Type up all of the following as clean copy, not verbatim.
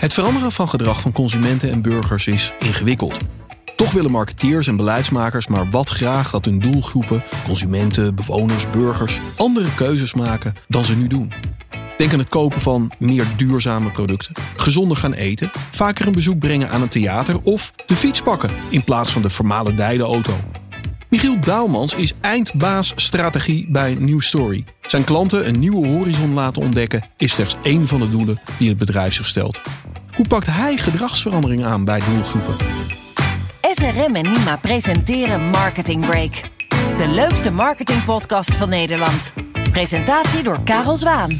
Het veranderen van gedrag van consumenten en burgers is ingewikkeld. Toch willen marketeers en beleidsmakers maar wat graag dat hun doelgroepen, consumenten, bewoners, burgers, andere keuzes maken dan ze nu doen. Denk aan het kopen van meer duurzame producten, gezonder gaan eten, vaker een bezoek brengen aan een theater of de fiets pakken in plaats van de vermalendijde auto. Michiel Daalmans is eindbaas strategie bij New Story. Zijn klanten een nieuwe horizon laten ontdekken is slechts één van de doelen die het bedrijf zich stelt. Hoe pakt hij gedragsverandering aan bij doelgroepen? SRM en Nima presenteren Marketing Break. De leukste marketingpodcast van Nederland. Presentatie door Karel Zwaan.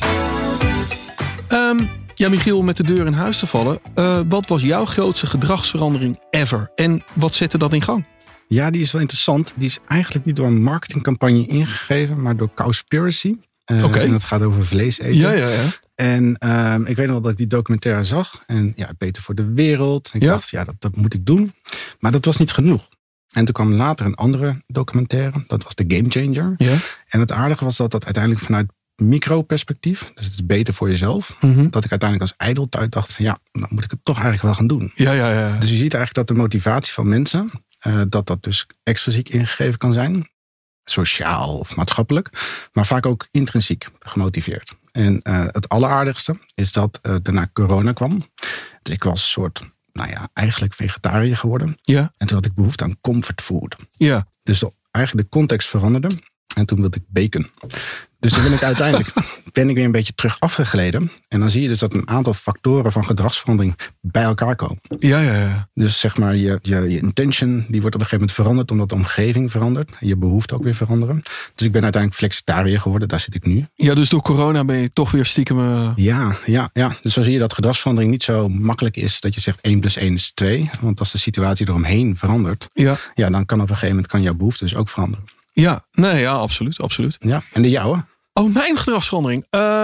Michiel, met de deur in huis te vallen. Wat was jouw grootste gedragsverandering ever? En wat zette dat in gang? Ja, die is wel interessant. Die is eigenlijk niet door een marketingcampagne ingegeven, maar door Cowspiracy. Okay. En dat gaat over vlees eten. Ja. En ik weet nog wel dat ik die documentaire zag. En ja, beter voor de wereld. En ik dacht, dat moet ik doen. Maar dat was niet genoeg. En toen kwam later een andere documentaire. Dat was The Game Changer. Ja. En het aardige was dat uiteindelijk vanuit micro-perspectief, dus het is beter voor jezelf, dat ik uiteindelijk als ijdeltuit dacht van dan moet ik het toch eigenlijk wel gaan doen. Ja. Dus je ziet eigenlijk dat de motivatie van mensen, dat dus extrinsiek ingegeven kan zijn, sociaal of maatschappelijk, maar vaak ook intrinsiek gemotiveerd. En het alleraardigste is dat daarna corona kwam. Dus ik was een soort, eigenlijk vegetariër geworden. Ja. En toen had ik behoefte aan comfortfood. Ja. Dus eigenlijk de context veranderde. En toen wilde ik bacon. Dus toen ben ik uiteindelijk weer een beetje terug afgegleden. En dan zie je dus dat een aantal factoren van gedragsverandering bij elkaar komen. Ja. Dus zeg maar je intention, die wordt op een gegeven moment veranderd, omdat de omgeving verandert. En je behoefte ook weer veranderen. Dus ik ben uiteindelijk flexitariër geworden, daar zit ik nu. Ja, dus door corona ben je toch weer stiekem... Ja. Dus zo zie je dat gedragsverandering niet zo makkelijk is dat je zegt 1 + 1 = 2. Want als de situatie eromheen verandert, dan kan op een gegeven moment jouw behoefte dus ook veranderen. Ja, absoluut. Ja, en de jouwe? Oh, mijn gedragsverandering.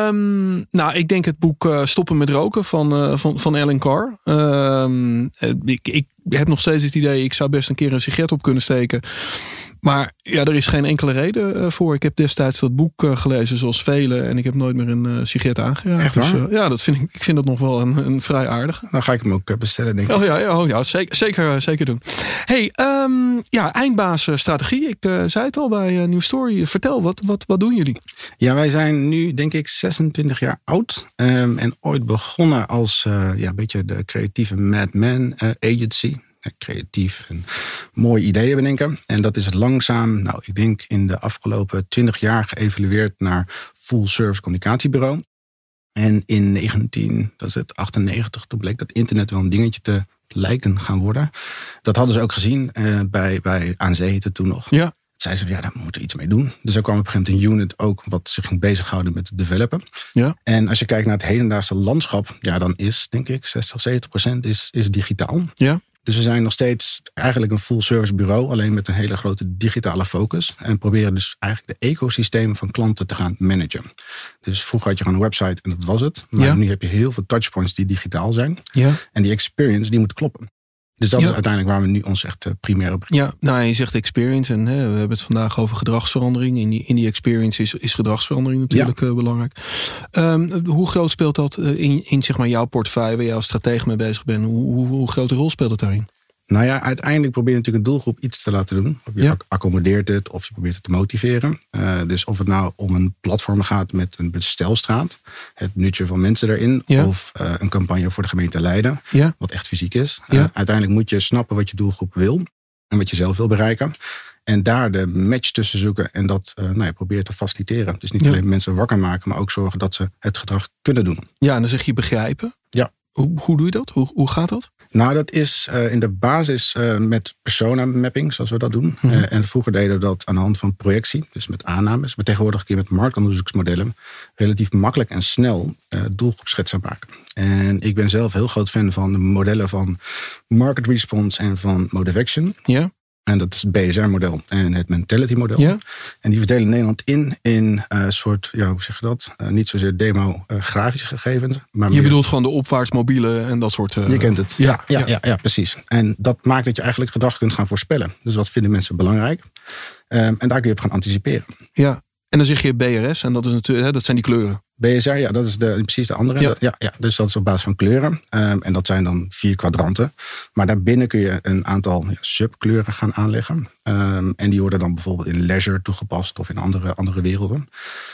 Ik denk het boek Stoppen met roken van Alan Carr. Ik heb nog steeds het idee, ik zou best een keer een sigaret op kunnen steken. Maar er is geen enkele reden voor. Ik heb destijds dat boek gelezen zoals velen. En ik heb nooit meer een sigaret aangeraakt. Echt waar? Dus, ik vind dat nog wel een vrij aardige. Dan ga ik hem ook bestellen, denk ik. Zeker doen. Hey, eindbaas strategie. Ik zei het al bij New Story. Vertel, wat doen jullie? Ja, wij zijn nu denk ik 26 jaar oud. En ooit begonnen als een beetje de creatieve Madman agency. Creatief en mooie ideeën bedenken. En dat is langzaam, ik denk in de afgelopen 20 jaar geëvalueerd naar full service communicatiebureau. En in 1998, toen bleek dat internet wel een dingetje te lijken gaan worden. Dat hadden ze ook gezien bij ANC heette het toen nog. Ja. Zeiden ze, daar moeten we iets mee doen. Dus er kwam op een gegeven moment een unit ook wat zich ging bezighouden met het developen. Ja. En als je kijkt naar het hedendaagse landschap, dan is denk ik 60-70% is digitaal. Ja. Dus we zijn nog steeds eigenlijk een full service bureau, alleen met een hele grote digitale focus. En proberen dus eigenlijk de ecosystemen van klanten te gaan managen. Dus vroeger had je gewoon een website en dat was het. Maar nu heb je heel veel touchpoints die digitaal zijn. Ja. En die experience die moet kloppen. Dus dat is uiteindelijk waar we nu ons echt primair op. Ja, je zegt experience en we hebben het vandaag over gedragsverandering. In die experience is gedragsverandering natuurlijk belangrijk. Hoe groot speelt dat in zeg maar jouw portefeuille waar jij als stratege mee bezig bent? Hoe grote rol speelt het daarin? Uiteindelijk probeer je natuurlijk een doelgroep iets te laten doen. Of je accommodeert het of je probeert het te motiveren. Dus of het nou om een platform gaat met een bestelstraat. Het nutje van mensen erin. Ja. Of een campagne voor de gemeente Leiden. Ja. Wat echt fysiek is. Ja. Uiteindelijk moet je snappen wat je doelgroep wil. En wat je zelf wil bereiken. En daar de match tussen zoeken. En dat proberen te faciliteren. Dus niet alleen mensen wakker maken. Maar ook zorgen dat ze het gedrag kunnen doen. Ja, en dan zeg je begrijpen. Ja. Hoe doe je dat? Hoe gaat dat? Dat is in de basis met persona mapping, zoals we dat doen. En vroeger deden we dat aan de hand van projectie, dus met aannames. Maar tegenwoordig kun je met marktonderzoeksmodellen relatief makkelijk en snel doelgroepschetsen maken. En ik ben zelf heel groot fan van de modellen van market response en van mode action. Ja. En dat is het BSR-model en het mentality-model. Ja. En die verdelen Nederland in soort, hoe zeg je dat? Niet zozeer demo-grafische gegevens. Maar je bedoelt gewoon de opwaarts mobiele en dat soort... Je kent het. Ja, precies. En dat maakt dat je eigenlijk gedrag kunt gaan voorspellen. Dus wat vinden mensen belangrijk? En daar kun je op gaan anticiperen. Ja. En dan zeg je BRS en dat is natuurlijk, dat zijn die kleuren. BSR, ja, dat is precies de andere. Ja. Dus dat is op basis van kleuren. En dat zijn dan 4 kwadranten. Maar daarbinnen kun je een aantal subkleuren gaan aanleggen. En die worden dan bijvoorbeeld in leisure toegepast of in andere werelden.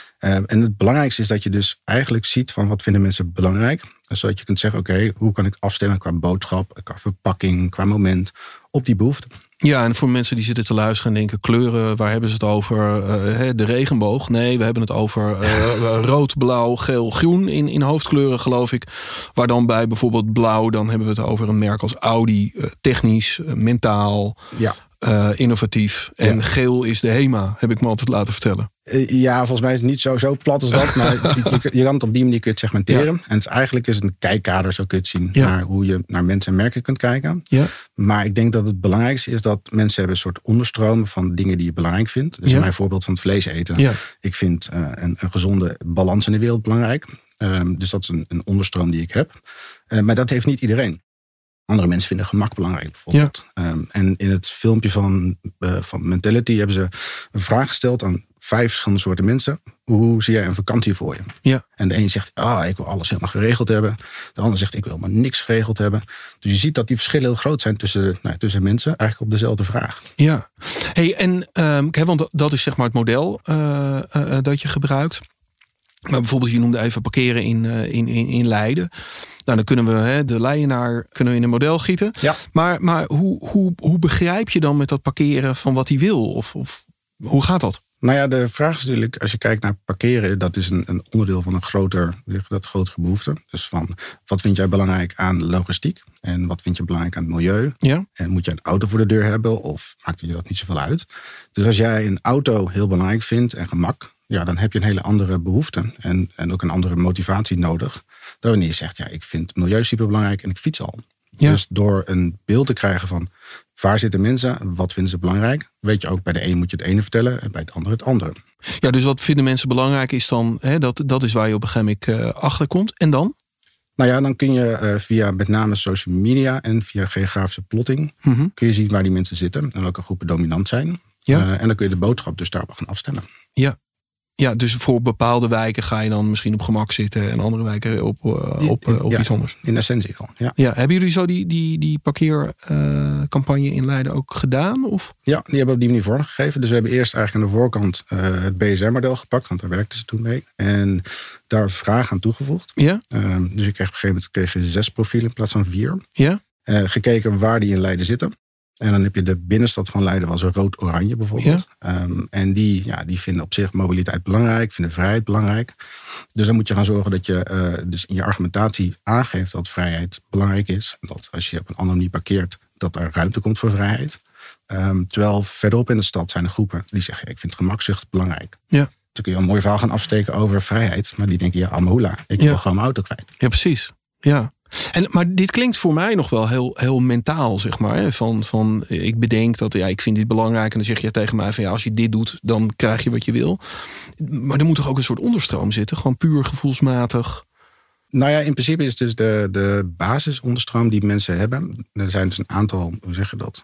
En het belangrijkste is dat je dus eigenlijk ziet van wat vinden mensen belangrijk. Zodat je kunt zeggen, oké, hoe kan ik afstemmen qua boodschap, qua verpakking, qua moment op die behoefte. Ja, en voor mensen die zitten te luisteren en denken, kleuren, waar hebben ze het over? De regenboog? Nee, we hebben het over rood, blauw, geel, groen in hoofdkleuren, geloof ik. Waar dan bij bijvoorbeeld blauw, dan hebben we het over een merk als Audi. Technisch, mentaal, innovatief. En geel is de HEMA, heb ik me altijd laten vertellen. Ja, volgens mij is het niet zo plat als dat. Maar je kan het op die manier kun je het segmenteren. Ja. En eigenlijk is het een kijkkader, zo kun je het zien. Ja. Naar hoe je naar mensen en merken kunt kijken. Ja. Maar ik denk dat het belangrijkste is dat mensen hebben een soort onderstroom van dingen die je belangrijk vindt. Dus mijn voorbeeld van het vlees eten. Ja. Ik vind een gezonde balans in de wereld belangrijk. Dus dat is een onderstroom die ik heb. Maar dat heeft niet iedereen. Andere mensen vinden gemak belangrijk bijvoorbeeld. Ja. En in het filmpje van Mentality hebben ze een vraag gesteld aan 5 verschillende soorten mensen. Hoe zie jij een vakantie voor je? Ja. En de een zegt, ik wil alles helemaal geregeld hebben. De ander zegt, ik wil helemaal niks geregeld hebben. Dus je ziet dat die verschillen heel groot zijn tussen mensen. Eigenlijk op dezelfde vraag. Ja, hey, en want dat is zeg maar het model dat je gebruikt. Maar bijvoorbeeld, je noemde even parkeren in Leiden. Nou, dan kunnen we de Leidenaar in een model gieten. Ja. Maar hoe begrijp je dan met dat parkeren van wat hij wil? Of hoe gaat dat? Nou ja, de vraag is natuurlijk, als je kijkt naar parkeren, dat is een onderdeel van een grotere behoefte. Dus van, wat vind jij belangrijk aan logistiek? En wat vind je belangrijk aan het milieu? Ja. En moet je een auto voor de deur hebben? Of maakt je dat niet zoveel uit? Dus als jij een auto heel belangrijk vindt en gemak, ja, dan heb je een hele andere behoefte. En ook een andere motivatie nodig. Dan wanneer je zegt, ik vind milieu superbelangrijk en ik fiets al. Ja. Dus door een beeld te krijgen van waar zitten mensen, wat vinden ze belangrijk, weet je ook, bij de een moet je het ene vertellen en bij het andere het andere. Ja, dus wat vinden mensen belangrijk is dan, dat is waar je op een gegeven moment achter komt. En dan? Nou ja, dan kun je via met name social media en via geografische plotting kun je zien waar die mensen zitten en welke groepen dominant zijn. Ja. En dan kun je de boodschap dus daarop gaan afstemmen. Ja. Ja, dus voor bepaalde wijken ga je dan misschien op gemak zitten en andere wijken op iets anders. In essentie wel. Ja, hebben jullie zo die parkeercampagne in Leiden ook gedaan? Of? Ja, die hebben we op die manier vormgegeven. Dus we hebben eerst eigenlijk aan de voorkant het BSR-model gepakt, want daar werkten ze toen mee. En daar vragen aan toegevoegd. Ja. Dus ik kreeg op een gegeven moment 6 profielen in plaats van 4. Ja. Gekeken waar die in Leiden zitten. En dan heb je de binnenstad van Leiden, was rood-oranje bijvoorbeeld. Ja. En die vinden op zich mobiliteit belangrijk, vinden vrijheid belangrijk. Dus dan moet je gaan zorgen dat je dus in je argumentatie aangeeft dat vrijheid belangrijk is. En dat als je op een andere manier parkeert, dat er ruimte komt voor vrijheid. Terwijl verderop in de stad zijn er groepen die zeggen, ik vind gemakzucht belangrijk. Ja. Dan kun je een mooi verhaal gaan afsteken over vrijheid. Maar die denken, Amahula, ik wil gewoon mijn auto kwijt. Ja, precies. Ja. Maar dit klinkt voor mij nog wel heel mentaal, zeg maar. Van ik bedenk dat, ik vind dit belangrijk. En dan zeg je tegen mij van, als je dit doet, dan krijg je wat je wil. Maar er moet toch ook een soort onderstroom zitten? Gewoon puur gevoelsmatig? Nou ja, in principe is dus de basisonderstroom die mensen hebben. Er zijn dus een aantal, hoe zeg je dat?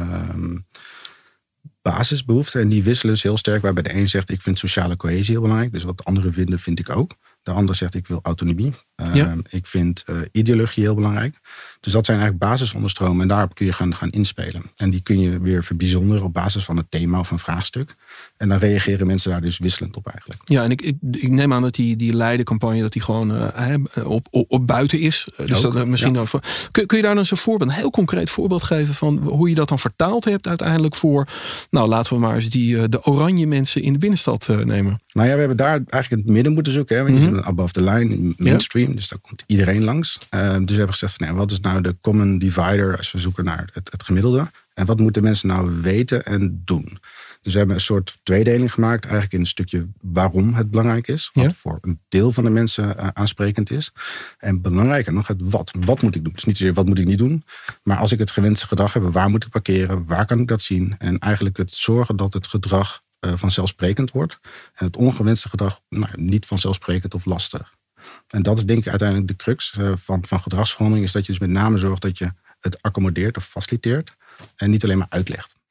Basisbehoeften. En die wisselen dus heel sterk. Waarbij de een zegt, ik vind sociale cohesie heel belangrijk. Dus wat de anderen vinden, vind ik ook. De ander zegt, ik wil autonomie. Ik vind ideologie heel belangrijk. Dus dat zijn eigenlijk basisonderstromen. En daarop kun je gaan inspelen. En die kun je weer verbijzonderen op basis van het thema of een vraagstuk. En dan reageren mensen daar dus wisselend op eigenlijk. Ja, en ik neem aan dat die Leiden-campagne, dat die gewoon op buiten is. Dus ook, dat misschien over. Kun je daar dan zo'n een heel concreet voorbeeld geven van hoe je dat dan vertaald hebt uiteindelijk voor, nou laten we maar eens de oranje mensen in de binnenstad nemen. Nou ja, we hebben daar eigenlijk in het midden moeten zoeken. Hè? Je bent above the line, mainstream. Dus daar komt iedereen langs. Dus we hebben gezegd van, wat is nou de common divider als we zoeken naar het gemiddelde? En wat moeten mensen nou weten en doen? Dus we hebben een soort tweedeling gemaakt. Eigenlijk in een stukje waarom het belangrijk is. Wat voor een deel van de mensen aansprekend is. En belangrijker nog het wat. Wat moet ik doen? Dus niet zozeer wat moet ik niet doen. Maar als ik het gewenste gedrag heb, waar moet ik parkeren? Waar kan ik dat zien? En eigenlijk het zorgen dat het gedrag vanzelfsprekend wordt. En het ongewenste gedrag niet vanzelfsprekend of lastig. En dat is denk ik uiteindelijk de crux van gedragsverandering. Is dat je dus met name zorgt dat je het accommodeert of faciliteert. En niet alleen maar uitlegt.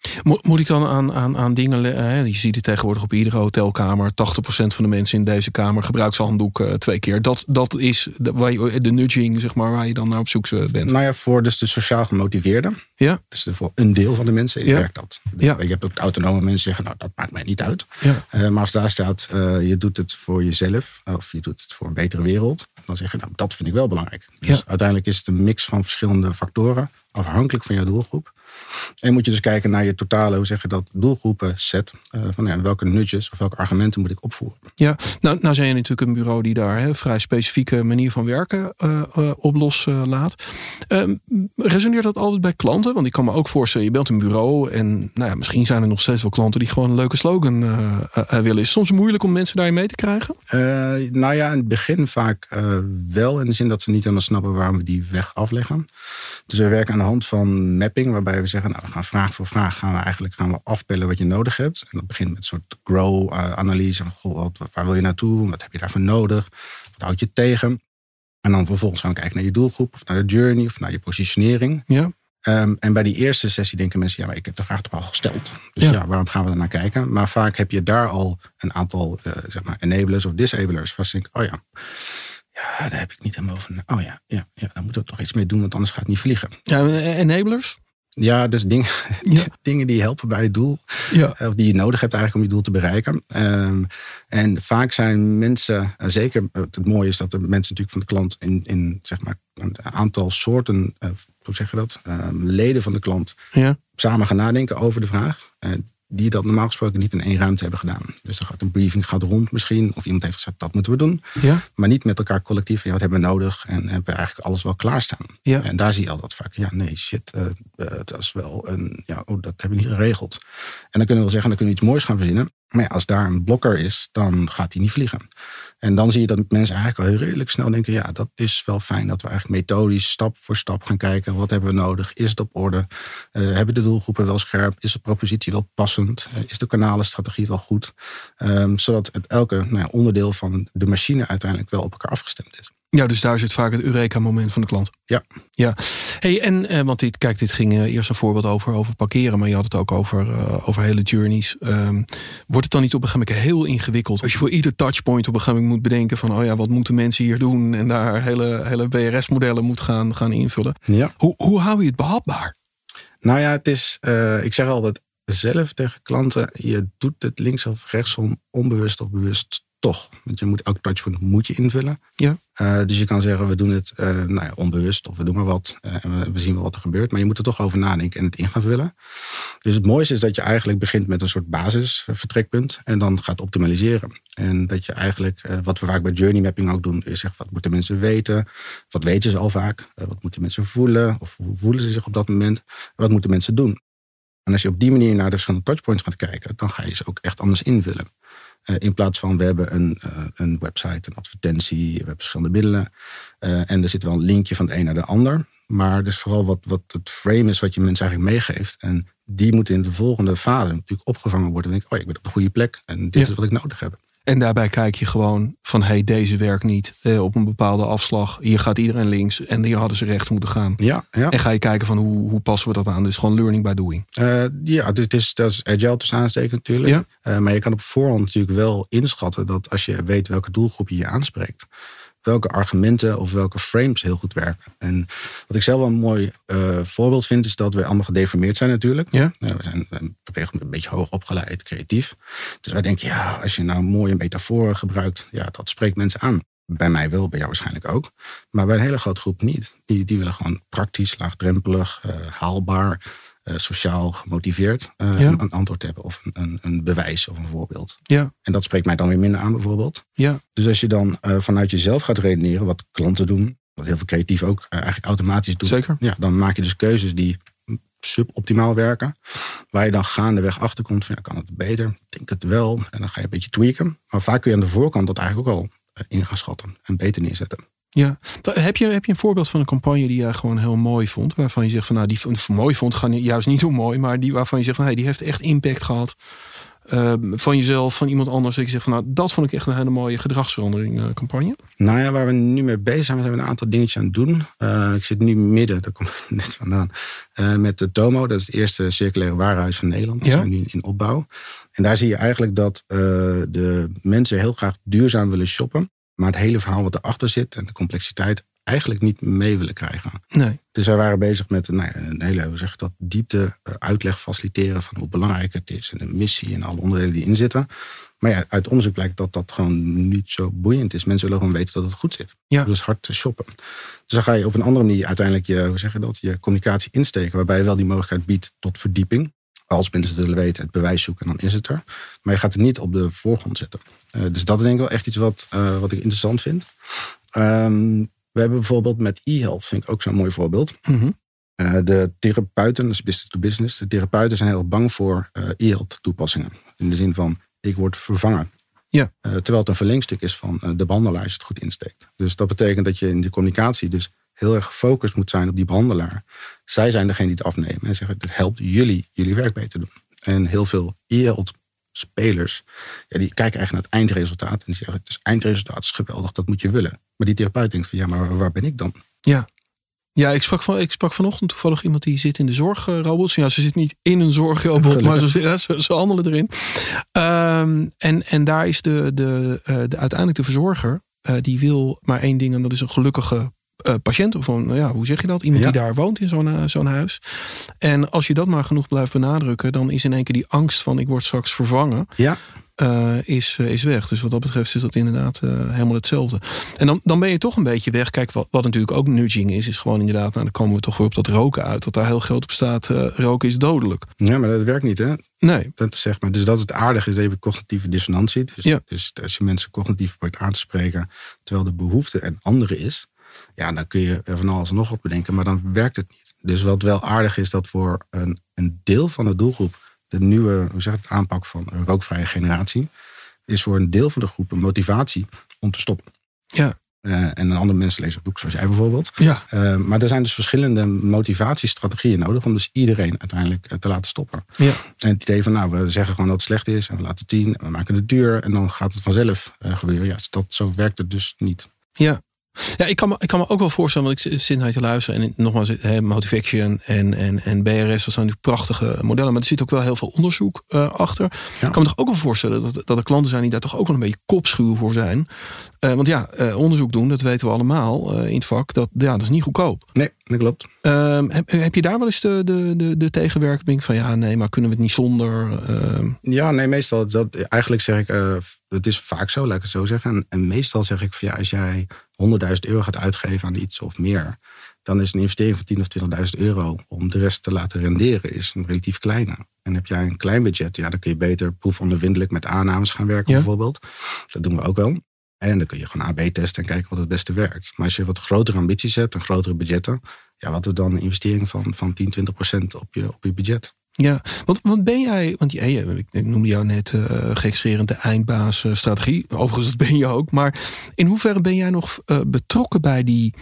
Moet ik dan aan dingen... je ziet het tegenwoordig op iedere hotelkamer. 80% van de mensen in deze kamer gebruikt zijn handdoek 2 keer. Dat is de nudging, zeg maar, waar je dan naar op zoek bent. Nou ja, voor dus de sociaal gemotiveerden. Ja. Dus voor een deel van de mensen werkt dat. Ja. Je hebt ook autonome mensen die zeggen, nou, dat maakt mij niet uit. Ja. Maar als daar staat, je doet het voor jezelf. Of je doet het voor een betere wereld. Dan zeg je, nou, dat vind ik wel belangrijk. Dus uiteindelijk is het een mix van verschillende factoren. Afhankelijk van jouw doelgroep. En moet je dus kijken naar je totale, hoe zeg je dat, doelgroepen set. Van welke nudges of welke argumenten moet ik opvoeren. Ja, nou zijn je natuurlijk een bureau die daar een vrij specifieke manier van werken op loslaat. Resoneert dat altijd bij klanten? Want ik kan me ook voorstellen, je bent een bureau en misschien zijn er nog steeds wel klanten die gewoon een leuke slogan willen. Is het soms moeilijk om mensen daarin mee te krijgen? In het begin vaak wel. In de zin dat ze niet helemaal snappen waarom we die weg afleggen. Dus we werken aan de hand van mapping, waarbij we zeggen, we gaan vraag voor vraag gaan we afpellen wat je nodig hebt. En dat begint met een soort grow-analyse. Waar wil je naartoe? Wat heb je daarvoor nodig? Wat houdt je tegen? En dan vervolgens gaan we kijken naar je doelgroep, of naar de journey, of naar je positionering. Ja. En bij die eerste sessie denken mensen, maar ik heb de vraag toch al gesteld. Dus waarom gaan we er naar kijken? Maar vaak heb je daar al een aantal enablers of disablers. Waar ze denken, ja, daar heb ik niet helemaal over. Daar moeten we toch iets mee doen, want anders gaat het niet vliegen. Ja, enablers? Ja, dus dingen die helpen bij het doel. Ja. Of die je nodig hebt eigenlijk om je doel te bereiken. En vaak zijn mensen, zeker het mooie is dat de mensen natuurlijk van de klant in zeg maar een aantal soorten, hoe zeg je dat, leden van de klant samen gaan nadenken over de vraag. Die dat normaal gesproken niet in één ruimte hebben gedaan. Dus er gaat een briefing rond misschien. Of iemand heeft gezegd, dat moeten we doen. Ja. Maar niet met elkaar collectief. Wat hebben we nodig? En hebben we eigenlijk alles wel klaarstaan. Ja. En daar zie je al dat vaak. Dat is wel een... dat hebben we niet geregeld. En dan kunnen we wel zeggen, dan kunnen we iets moois gaan verzinnen. Maar als daar een blokker is, dan gaat die niet vliegen. En dan zie je dat mensen eigenlijk al heel redelijk snel denken, dat is wel fijn dat we eigenlijk methodisch stap voor stap gaan kijken. Wat hebben we nodig? Is het op orde? Hebben de doelgroepen wel scherp? Is de propositie wel passend? Is de kanalenstrategie wel goed? Zodat elke onderdeel van de machine uiteindelijk wel op elkaar afgestemd is. Ja, dus daar zit vaak het Eureka-moment van de klant. Ja. Hey, want dit ging eerst een voorbeeld over parkeren, maar je had het ook over hele journeys. Wordt het dan niet op een gegeven moment heel ingewikkeld? Als je voor ieder touchpoint op een gegeven moment moet bedenken van, wat moeten mensen hier doen? En daar hele BRS-modellen moet gaan invullen. Ja. Hoe hou je het behapbaar? Nou ja, het is, ik zeg altijd zelf tegen klanten, je doet het links of rechtsom, onbewust of bewust toch. Want je moet elk touchpoint moet je invullen. Ja. Dus je kan zeggen, we doen het onbewust of we doen maar wat. We zien wel wat er gebeurt. Maar je moet er toch over nadenken en het in gaan vullen. Dus het mooiste is dat je eigenlijk begint met een soort basisvertrekpunt. En dan gaat optimaliseren. En dat je eigenlijk, wat we vaak bij journey mapping ook doen, is zeggen, wat moeten mensen weten? Wat weten ze al vaak? Wat moeten mensen voelen? Of hoe voelen ze zich op dat moment? Wat moeten mensen doen? En als je op die manier naar de verschillende touchpoints gaat kijken, dan ga je ze ook echt anders invullen. In plaats van, we hebben een website, een advertentie, we hebben verschillende middelen. En er zit wel een linkje van de een naar de ander. Maar dus vooral wat het frame is wat je mensen eigenlijk meegeeft. En die moet in de volgende fase natuurlijk opgevangen worden. Dan denk ik, ik ben op de goede plek en dit is wat ik nodig heb. En daarbij kijk je gewoon van, deze werkt niet op een bepaalde afslag. Hier gaat iedereen links en hier hadden ze rechts moeten gaan. Ja. En ga je kijken van, hoe passen we dat aan? Dit is gewoon learning by doing. Dat is agile tussen aanstekens natuurlijk. Ja. Maar je kan op voorhand natuurlijk wel inschatten dat als je weet welke doelgroep je aanspreekt, welke argumenten of welke frames heel goed werken. En wat ik zelf wel een mooi voorbeeld vind, is dat we allemaal gedeformeerd zijn natuurlijk. Ja. We zijn een beetje hoog opgeleid, creatief. Dus wij denken, als je nou mooie metaforen gebruikt, dat spreekt mensen aan. Bij mij wel, bij jou waarschijnlijk ook. Maar bij een hele grote groep niet. Die willen gewoon praktisch, laagdrempelig, haalbaar, sociaal gemotiveerd een antwoord hebben. Of een bewijs of een voorbeeld. Ja. En dat spreekt mij dan weer minder aan bijvoorbeeld. Ja. Dus als je dan vanuit jezelf gaat redeneren, wat klanten doen, wat heel veel creatief ook eigenlijk automatisch doen. Zeker. Ja, dan maak je dus keuzes die suboptimaal werken. Waar je dan gaandeweg achterkomt van, kan het beter? Ik denk het wel. En dan ga je een beetje tweaken. Maar vaak kun je aan de voorkant dat eigenlijk ook al in gaan schatten en beter neerzetten. Ja, heb je een voorbeeld van een campagne die je gewoon heel mooi vond? Waarvan je zegt van, die mooi vond, juist niet zo mooi, maar die waarvan je zegt van, die heeft echt impact gehad. van jezelf, van iemand anders, dat je zegt van nou, dat vond ik echt een hele mooie gedragsverandering campagne? Nou ja, waar we nu mee bezig zijn, we zijn een aantal dingetjes aan het doen. Ik zit nu midden, daar kom ik net vandaan, met de Tomo. Dat is het eerste circulaire warenhuis van Nederland. We zijn nu in opbouw. En daar zie je eigenlijk dat de mensen heel graag duurzaam willen shoppen. Maar het hele verhaal wat erachter zit en de complexiteit eigenlijk niet mee willen krijgen. Nee. Dus wij waren bezig met een hele, hoe zeg je dat, diepte uitleg faciliteren van hoe belangrijk het is en de missie en alle onderdelen die in zitten. Maar ja, uit onderzoek blijkt dat dat gewoon niet zo boeiend is. Mensen willen gewoon weten dat het goed zit. Ja. Dus hard shoppen. Dus dan ga je op een andere manier uiteindelijk je communicatie insteken, waarbij je wel die mogelijkheid biedt tot verdieping. Als mensen het willen weten, het bewijs zoeken, dan is het er. Maar je gaat het niet op de voorgrond zetten. Dus dat is denk ik wel echt iets wat ik interessant vind. We hebben bijvoorbeeld met e-health, vind ik ook zo'n mooi voorbeeld. Mm-hmm. De therapeuten, dus business to business. De therapeuten zijn heel bang voor e-health toepassingen. In de zin van, ik word vervangen. Ja. Terwijl het een verlengstuk is van de behandelaar als je het goed insteekt. Dus dat betekent dat je in de communicatie dus heel erg gefocust moet zijn op die behandelaar. Zij zijn degene die het afnemen. En zeggen, het helpt jullie werk beter doen. En heel veel e-health spelers, die kijken eigenlijk naar het eindresultaat. En die zeggen, het eindresultaat is geweldig, dat moet je willen. Maar die therapeut denkt van, ja, maar waar ben ik dan? Ja, ik sprak vanochtend toevallig iemand die zit in de zorgrobots. Ja, ze zit niet in een zorgrobot, maar ze handelen erin. En daar is uiteindelijk de verzorger, die wil maar één ding, en dat is een gelukkige patiënt. Of hoe zeg je dat? Iemand die daar woont in zo'n huis. En als je dat maar genoeg blijft benadrukken, dan is in één keer die angst van ik word straks vervangen. Ja. Is weg. Dus wat dat betreft is dat inderdaad helemaal hetzelfde. En dan ben je toch een beetje weg. Kijk, wat natuurlijk ook nudging is gewoon inderdaad, dan komen we toch weer op dat roken uit. Dat daar heel groot op staat, roken is dodelijk. Ja, maar dat werkt niet, hè? Nee. Dat is zeg maar, dus dat is het aardige, is dat je cognitieve dissonantie. Dus als je mensen cognitief probeert aan te spreken, terwijl de behoefte een andere is, ja, dan kun je van alles en nog wat bedenken, maar dan werkt het niet. Dus wat wel aardig is, dat voor een deel van de doelgroep de nieuwe aanpak van een rookvrije generatie is voor een deel van de groep een motivatie om te stoppen. Ja. En een andere mensen lezen het boek, zoals jij bijvoorbeeld. Ja. Maar er zijn dus verschillende motivatiestrategieën nodig om dus iedereen uiteindelijk te laten stoppen. Ja. En het idee van, we zeggen gewoon dat het slecht is en we laten het zien en we maken het duur en dan gaat het vanzelf gebeuren. Ja, zo werkt het dus niet. Ja. Ja, ik kan me ook wel voorstellen, want ik zit naar je te luisteren en nogmaals, Motivation en BRS, dat zijn natuurlijk prachtige modellen, maar er zit ook wel heel veel onderzoek achter. Ja. Ik kan me toch ook wel voorstellen dat er klanten zijn die daar toch ook wel een beetje kopschuw voor zijn. Want onderzoek doen, dat weten we allemaal in het vak, dat is niet goedkoop. Nee, dat klopt. Heb je daar wel eens de tegenwerking van, nee, maar kunnen we het niet zonder? Ja, nee, meestal, eigenlijk zeg ik, het is vaak zo, laat ik het zo zeggen. En meestal zeg ik van, als jij €100.000 gaat uitgeven aan iets of meer, dan is een investering van 10.000 of 20.000 euro om de rest te laten renderen is een relatief kleine. En heb jij een klein budget, dan kun je beter proefondervindelijk met aannames gaan werken bijvoorbeeld. Dat doen we ook wel. En dan kun je gewoon AB testen en kijken wat het beste werkt. Maar als je wat grotere ambities hebt en grotere budgetten, wat is dan een investering van 10-20% op je budget? Ja, want ben jij, want ik noemde jou net gekscherend de eindbaasstrategie. Overigens, dat ben je ook. Maar in hoeverre ben jij nog betrokken bij die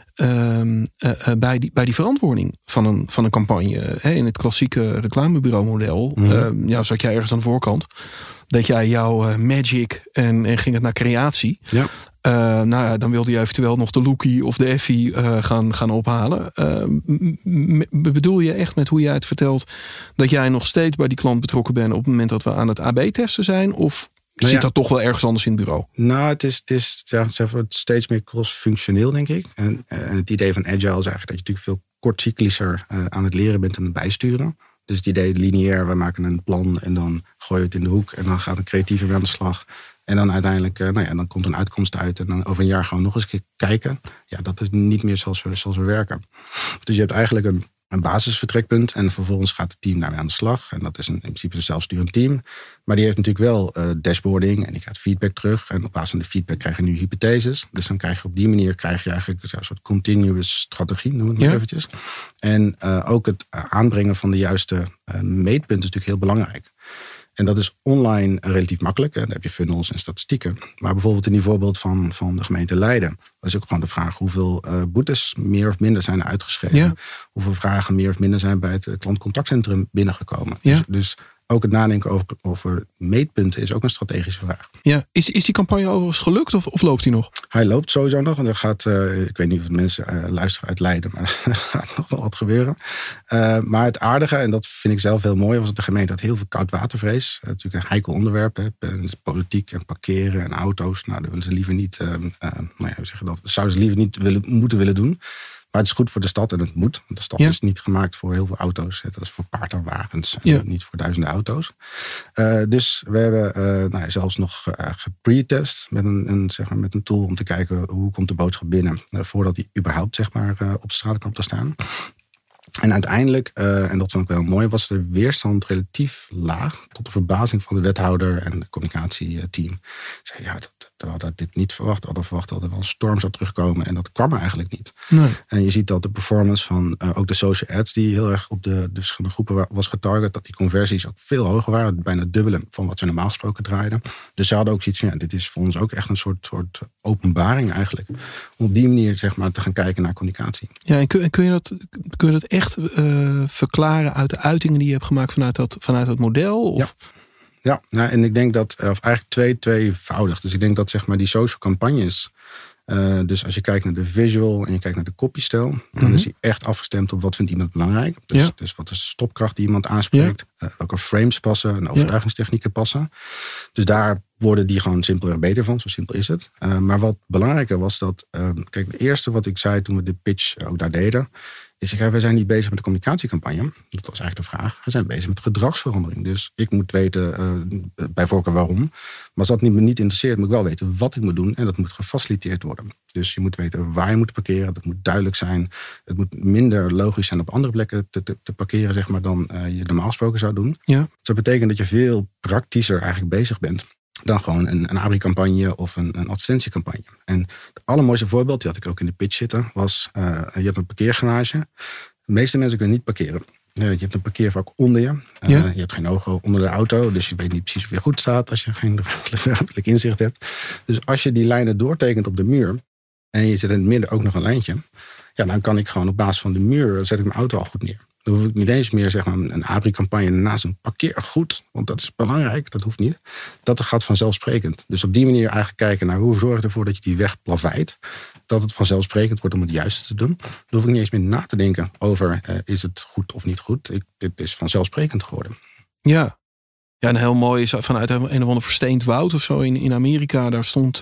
verantwoording van een campagne? In het klassieke reclamebureau-model zat jij ergens aan de voorkant. Deed jij jouw magic en ging het naar creatie. Ja. Dan wilde je eventueel nog de Lookie of de Effie gaan ophalen. Bedoel je echt met hoe jij het vertelt dat jij nog steeds bij die klant betrokken bent op het moment dat we aan het AB-testen zijn? Of zit dat toch wel ergens anders in het bureau? Nou, het is steeds meer cross-functioneel, denk ik. En het idee van Agile is eigenlijk dat je natuurlijk veel kortcyclischer aan het leren bent en het bijsturen. Dus het idee lineair, we maken een plan en dan gooi je het in de hoek en dan gaat een creatieve weer aan de slag. En dan uiteindelijk, dan komt een uitkomst uit en dan over een jaar gaan we nog eens een keer kijken. Ja, dat is niet meer zoals we werken. Dus je hebt eigenlijk een basisvertrekpunt en vervolgens gaat het team daarmee aan de slag. En dat is in principe een zelfsturend team. Maar die heeft natuurlijk wel dashboarding en die krijgt feedback terug. En op basis van de feedback krijg je nu hypotheses. Dus dan krijg je op die manier eigenlijk een soort continuous strategie, noem het maar eventjes. En ook het aanbrengen van de juiste meetpunten is natuurlijk heel belangrijk. En dat is online relatief makkelijk. Daar heb je funnels en statistieken. Maar bijvoorbeeld in die voorbeeld van de gemeente Leiden, dat is ook gewoon de vraag hoeveel boetes meer of minder zijn uitgeschreven. Ja. Hoeveel vragen meer of minder zijn bij het klantcontactcentrum binnengekomen. Ja. Dus ook het nadenken over meetpunten is ook een strategische vraag. Ja, is die campagne overigens gelukt of loopt die nog? Hij loopt sowieso nog. En er gaat, ik weet niet of mensen luisteren uit Leiden, maar er gaat nog wel wat gebeuren. Maar het aardige, en dat vind ik zelf heel mooi, was dat de gemeente had heel veel koudwatervrees. Natuurlijk een heikel onderwerp. Politiek en parkeren en auto's. Nou, dat willen ze liever niet. Dat zouden ze liever niet moeten willen doen. Maar het is goed voor de stad en het moet. Want de stad is niet gemaakt voor heel veel auto's. Dat is voor paard en wagens. Niet voor duizenden auto's. Dus we hebben zelfs nog gepretest met een tool om te kijken hoe komt de boodschap binnen. Voordat die überhaupt op de straat kwam te staan. En uiteindelijk, en dat vond ik wel mooi, was de weerstand relatief laag. Tot de verbazing van de wethouder en het communicatieteam. Zei, we hadden dit niet verwacht. We hadden verwacht dat er wel een storm zou terugkomen. En dat kwam er eigenlijk niet. Nee. En je ziet dat de performance van ook de social ads, die heel erg op de verschillende groepen was getarget, dat die conversies ook veel hoger waren. Bijna het dubbele van wat ze normaal gesproken draaiden. Dus ze hadden ook zoiets van, dit is voor ons ook echt een soort openbaring eigenlijk. Om op die manier te gaan kijken naar communicatie. Ja, en kun je dat echt verklaren uit de uitingen die je hebt gemaakt vanuit dat model? Of? Ja, en ik denk dat, of eigenlijk tweevoudig. Dus ik denk dat die social campagnes, dus als je kijkt naar de visual en je kijkt naar de copystijl, dan is die echt afgestemd op wat vindt iemand belangrijk. Dus wat is de stopkracht die iemand aanspreekt, welke frames passen en overtuigingstechnieken passen. Dus daar worden die gewoon simpelweg beter van, zo simpel is het. Maar wat belangrijker was dat, kijk, het eerste wat ik zei toen we de pitch ook daar deden, is we zijn niet bezig met de communicatiecampagne. Dat was eigenlijk de vraag. We zijn bezig met gedragsverandering. Dus ik moet weten bij voorkeur waarom. Maar als dat me niet interesseert, moet ik wel weten wat ik moet doen. En dat moet gefaciliteerd worden. Dus je moet weten waar je moet parkeren. Dat moet duidelijk zijn. Het moet minder logisch zijn op andere plekken te parkeren, dan je normaal gesproken zou doen. Ja. Dus dat betekent dat je veel praktischer eigenlijk bezig bent dan gewoon een ABRI-campagne of een advertentiecampagne. En het allermooiste voorbeeld, die had ik ook in de pitch zitten, was, je hebt een parkeergarage. De meeste mensen kunnen niet parkeren. Je hebt een parkeervak onder je. Je hebt geen ogen onder de auto, dus je weet niet precies of je goed staat als je geen ruimtelijk inzicht hebt. Dus als je die lijnen doortekent op de muur en je zet in het midden ook nog een lijntje, dan kan ik gewoon op basis van de muur zet ik mijn auto al goed neer. Dan hoef ik niet eens meer een ABRI-campagne naast een parkeergoed. Want dat is belangrijk, dat hoeft niet. Dat gaat vanzelfsprekend. Dus op die manier eigenlijk kijken naar hoe zorg je ervoor dat je die weg plaveit. Dat het vanzelfsprekend wordt om het juiste te doen. Dan hoef ik niet eens meer na te denken over is het goed of niet goed. Dit is vanzelfsprekend geworden. Ja. Ja, en heel mooi is vanuit een of ander versteend woud of zo in Amerika. Daar stond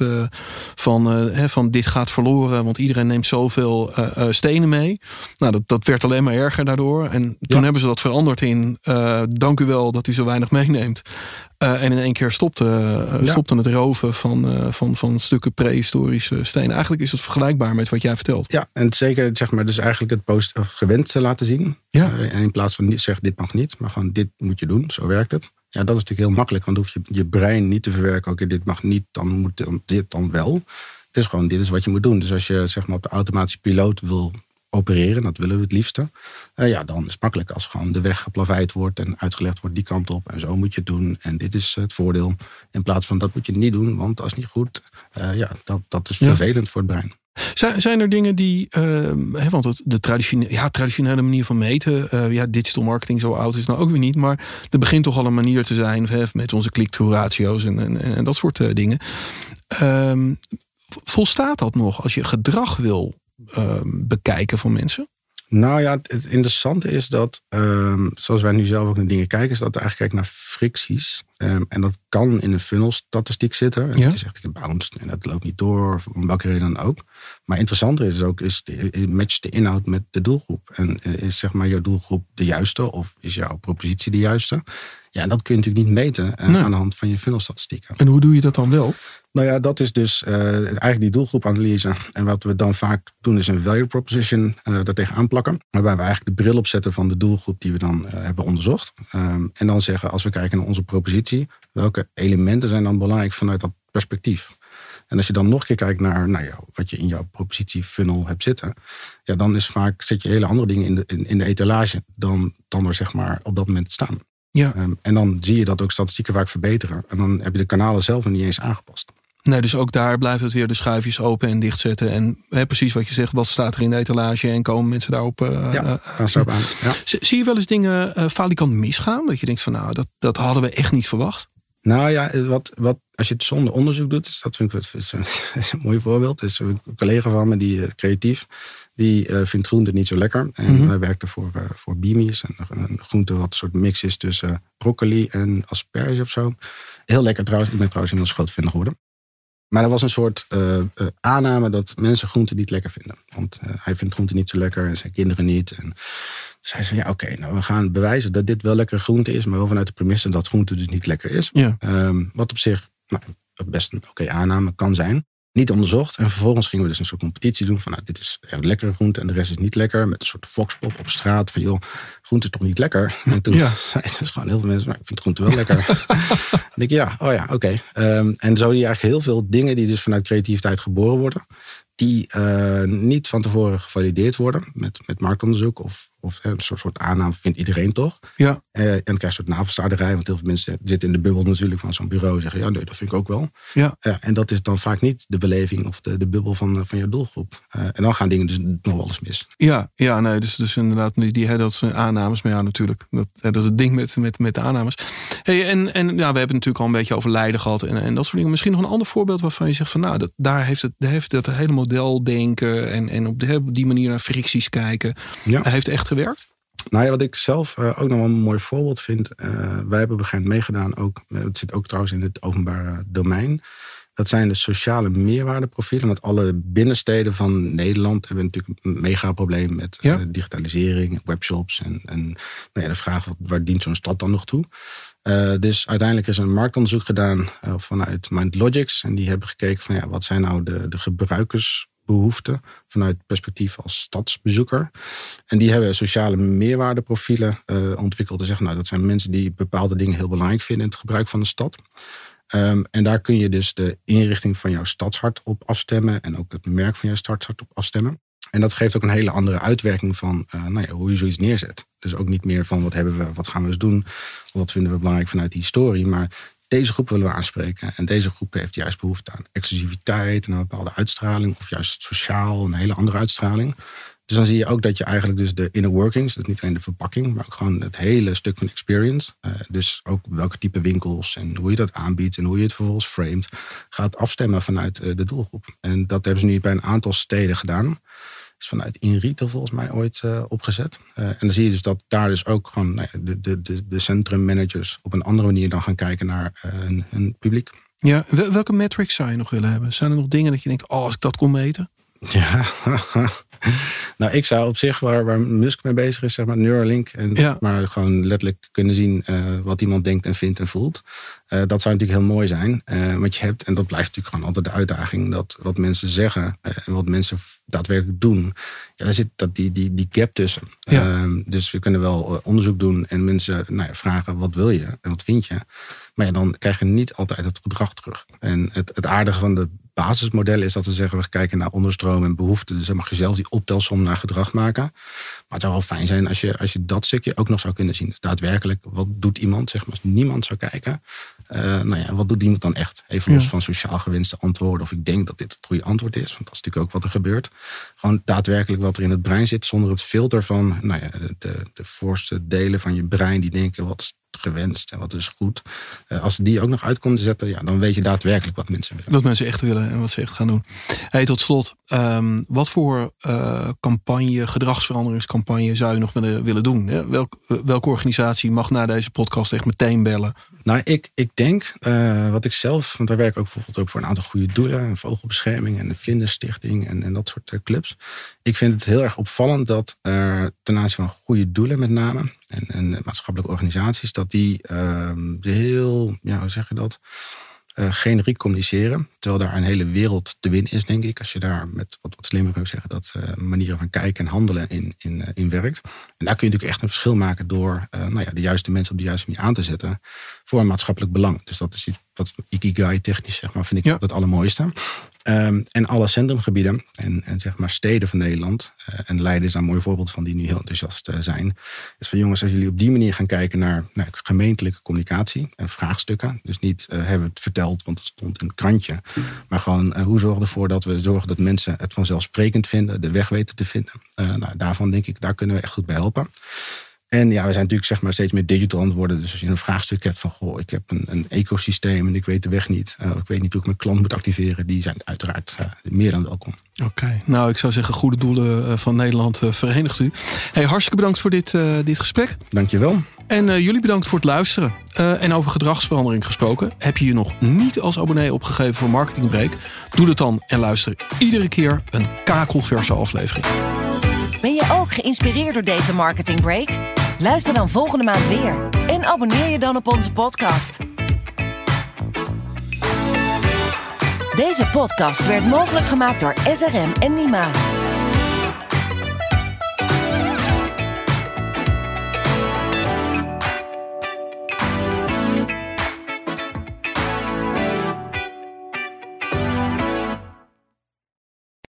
van dit gaat verloren, want iedereen neemt zoveel stenen mee. Nou, dat werd alleen maar erger daardoor. En toen hebben ze dat veranderd in dank u wel dat u zo weinig meeneemt. En in één keer stopte het roven van stukken prehistorische stenen. Eigenlijk is het vergelijkbaar met wat jij vertelt. Ja, en zeker dus eigenlijk het gewend te laten zien. Ja. En in plaats van zeg dit mag niet, maar gewoon dit moet je doen. Zo werkt het. Ja, dat is natuurlijk heel makkelijk, want dan hoef je brein niet te verwerken. Oké, dit mag niet, dan moet dit dan wel. Het is gewoon, dit is wat je moet doen. Dus als je op de automatische piloot wil opereren, dat willen we het liefste. Dan is het makkelijk als gewoon de weg geplaveid wordt en uitgelegd wordt die kant op. En zo moet je het doen. En dit is het voordeel. In plaats van dat moet je niet doen, want dat is niet goed. Dat is vervelend voor het brein. Zijn er dingen die, want de traditionele manier van meten, digital marketing zo oud is nou ook weer niet, maar er begint toch al een manier te zijn met onze click-through ratio's en dat soort dingen. Volstaat dat nog als je gedrag wil bekijken van mensen? Nou ja, het interessante is dat, zoals wij nu zelf ook naar dingen kijken, is dat we eigenlijk kijken naar fricties. En dat kan in een funnel-statistiek zitten. En je zegt, ik heb bounced en dat loopt niet door, of om welke reden dan ook. Maar interessanter is ook, matcht de inhoud met de doelgroep. En is jouw doelgroep de juiste, of is jouw propositie de juiste? Ja, en dat kun je natuurlijk niet meten aan de hand van je funnelstatistieken. En hoe doe je dat dan wel? Nou ja, dat is dus eigenlijk die doelgroepanalyse. En wat we dan vaak doen is een value proposition daartegen aanplakken. Waarbij we eigenlijk de bril opzetten van de doelgroep die we dan hebben onderzocht. En dan zeggen, als we kijken naar onze propositie, welke elementen zijn dan belangrijk vanuit dat perspectief? En als je dan nog een keer kijkt naar wat je in jouw propositiefunnel hebt zitten, dan is vaak zet je hele andere dingen in de etalage dan er op dat moment staan. Ja. En dan zie je dat ook statistieken vaak verbeteren. En dan heb je de kanalen zelf nog niet eens aangepast. Nee, dus ook daar blijft het weer de schuifjes open en dichtzetten. En precies wat je zegt, wat staat er in de etalage en komen mensen daarop gaan ze erop aan. Ja. Zie je wel eens dingen falikant misgaan? Dat je denkt van dat hadden we echt niet verwacht? Nou ja, wat als je het zonder onderzoek doet, dat vind ik is een mooi voorbeeld. Dus een collega van me, die creatief, die vindt groente niet zo lekker. En hij werkte voor Beamies, een groente wat een soort mix is tussen broccoli en asperge of zo. Heel lekker trouwens. Ik ben trouwens inmiddels groot fan geworden. Maar er was een soort aanname dat mensen groenten niet lekker vinden. Want hij vindt groenten niet zo lekker en zijn kinderen niet. En dus hij zei, nou we gaan bewijzen dat dit wel lekkere groente is. Maar wel vanuit de premisse dat groente dus niet lekker is. Ja. Wat op zich best een oké aanname kan zijn. Niet onderzocht. En vervolgens gingen we dus een soort competitie doen. Van dit is echt lekkere groente en de rest is niet lekker. Met een soort voxpop op straat. Van groente is toch niet lekker? En toen zeiden dus gewoon heel veel mensen, ik vind groente wel lekker. En denk ik, oké. En zo die eigenlijk heel veel dingen die dus vanuit creativiteit geboren worden. Die niet van tevoren gevalideerd worden met marktonderzoek. Of een soort aanname vindt iedereen toch. Ja. En dan krijg je een soort navelstaarderij. Want heel veel mensen zitten in de bubbel natuurlijk van zo'n bureau. En zeggen, nee, dat vind ik ook wel. Ja. En dat is dan vaak niet de beleving of de bubbel van je doelgroep. En dan gaan dingen dus nog wel eens mis. Ja, nee, dus inderdaad, dat zijn aannames. Maar ja, natuurlijk. Dat is het ding met de aannames. Hey, en we hebben het natuurlijk al een beetje over Leiden gehad. En dat soort dingen. Misschien nog een ander voorbeeld waarvan je zegt van daar heeft dat hele modeldenken en op die manier naar fricties kijken. Ja. Heeft echt gewerkt? Nou ja, wat ik zelf ook nog wel een mooi voorbeeld vind. Wij hebben op een gegeven moment meegedaan. Het zit ook trouwens in het openbare domein. Dat zijn de sociale meerwaardeprofielen. Want alle binnensteden van Nederland hebben natuurlijk een mega probleem met digitalisering, webshops. En de vraag, waar dient zo'n stad dan nog toe? Dus uiteindelijk is er een marktonderzoek gedaan vanuit MindLogix. En die hebben gekeken van wat zijn nou de gebruikersbehoeften vanuit perspectief als stadsbezoeker. En die hebben sociale meerwaardeprofielen ontwikkeld. En zeggen, dat zijn mensen die bepaalde dingen heel belangrijk vinden in het gebruik van de stad. En daar kun je dus de inrichting van jouw stadshart op afstemmen. En ook het merk van jouw stadshart op afstemmen. En dat geeft ook een hele andere uitwerking van hoe je zoiets neerzet. Dus ook niet meer van wat gaan we eens doen. Of wat vinden we belangrijk vanuit die historie. Maar deze groep willen we aanspreken. En deze groep heeft juist behoefte aan exclusiviteit en een bepaalde uitstraling. Of juist sociaal, een hele andere uitstraling. Dus dan zie je ook dat je eigenlijk dus de inner workings, dus niet alleen de verpakking, maar ook gewoon het hele stuk van experience. Dus ook welke type winkels en hoe je dat aanbiedt en hoe je het vervolgens framet, gaat afstemmen vanuit de doelgroep. En dat hebben ze nu bij een aantal steden gedaan. Is vanuit InRetail volgens mij ooit opgezet. En dan zie je dus dat daar dus ook gewoon de centrummanagers op een andere manier dan gaan kijken naar hun publiek. Ja, welke metrics zou je nog willen hebben? Zijn er nog dingen dat je denkt, als ik dat kon meten? Ja, nou ik zou op zich waar Musk mee bezig is, zeg maar Neuralink. En maar gewoon letterlijk kunnen zien wat iemand denkt en vindt en voelt. Dat zou natuurlijk heel mooi zijn. Wat je hebt, en dat blijft natuurlijk gewoon altijd de uitdaging, dat wat mensen zeggen en wat mensen daadwerkelijk doen, daar zit die gap tussen. Ja. Dus we kunnen wel onderzoek doen en mensen vragen wat wil je en wat vind je. Maar dan krijg je niet altijd het gedrag terug. En het aardige van de basismodellen is dat we zeggen, we kijken naar onderstroom en behoeften. Dus dan mag je zelf die optelsom naar gedrag maken. Maar het zou wel fijn zijn als je dat stukje ook nog zou kunnen zien. Dus daadwerkelijk, wat doet iemand? Zeg maar, als niemand zou kijken. Wat doet iemand dan echt? Even los van sociaal gewenste antwoorden. Of ik denk dat dit het goede antwoord is. Want dat is natuurlijk ook wat er gebeurt. Gewoon daadwerkelijk wat er in het brein zit. Zonder het filter van de voorste delen van je brein. Die denken, wat is gewenst en wat is goed. Als die ook nog uit konden zetten, dan weet je daadwerkelijk wat mensen willen. Wat mensen echt willen en wat ze echt gaan doen. Hey, tot slot, wat voor gedragsveranderingscampagne zou je nog willen doen? Hè? Welke organisatie mag na deze podcast echt meteen bellen? Nou, ik denk, wat ik zelf, want wij werken ook bijvoorbeeld ook voor een aantal goede doelen, een vogelbescherming en de Vlinderstichting en dat soort clubs. Ik vind het heel erg opvallend dat ten aanzien van goede doelen met name en maatschappelijke organisaties, dat die heel, hoe zeg je dat, generiek communiceren. Terwijl daar een hele wereld te winnen is, denk ik. Als je daar met wat slimmer kan zeggen, dat manieren van kijken en handelen in werkt. En daar kun je natuurlijk echt een verschil maken door de juiste mensen op de juiste manier aan te zetten voor een maatschappelijk belang. Dus dat is iets wat Ikigai technisch, zeg maar, vind ik het allermooiste. En alle centrumgebieden en zeg maar steden van Nederland. En Leiden is daar een mooi voorbeeld van die nu heel enthousiast zijn. Dus van jongens, als jullie op die manier gaan kijken naar gemeentelijke communicatie en vraagstukken. Dus niet hebben we het verteld, want het stond in het krantje. Maar gewoon hoe zorgen we ervoor dat we zorgen dat mensen het vanzelfsprekend vinden. De weg weten te vinden. Daarvan denk ik, daar kunnen we echt goed bij helpen. En ja, we zijn natuurlijk zeg maar steeds meer digital aan het worden. Dus als je een vraagstuk hebt van, goh, ik heb een ecosysteem en ik weet de weg niet. Ik weet niet hoe ik mijn klant moet activeren. Die zijn uiteraard meer dan welkom. Oké. Nou, ik zou zeggen, goede doelen van Nederland verenigt u. Hey, hartstikke bedankt voor dit gesprek. Dankjewel. En jullie bedankt voor het luisteren. En over gedragsverandering gesproken. Heb je je nog niet als abonnee opgegeven voor Marketing Break? Doe dat dan en luister iedere keer een kakelverse aflevering. Ben je ook geïnspireerd door deze Marketing Break? Luister dan volgende maand weer. En abonneer je dan op onze podcast. Deze podcast werd mogelijk gemaakt door SRM en Nima.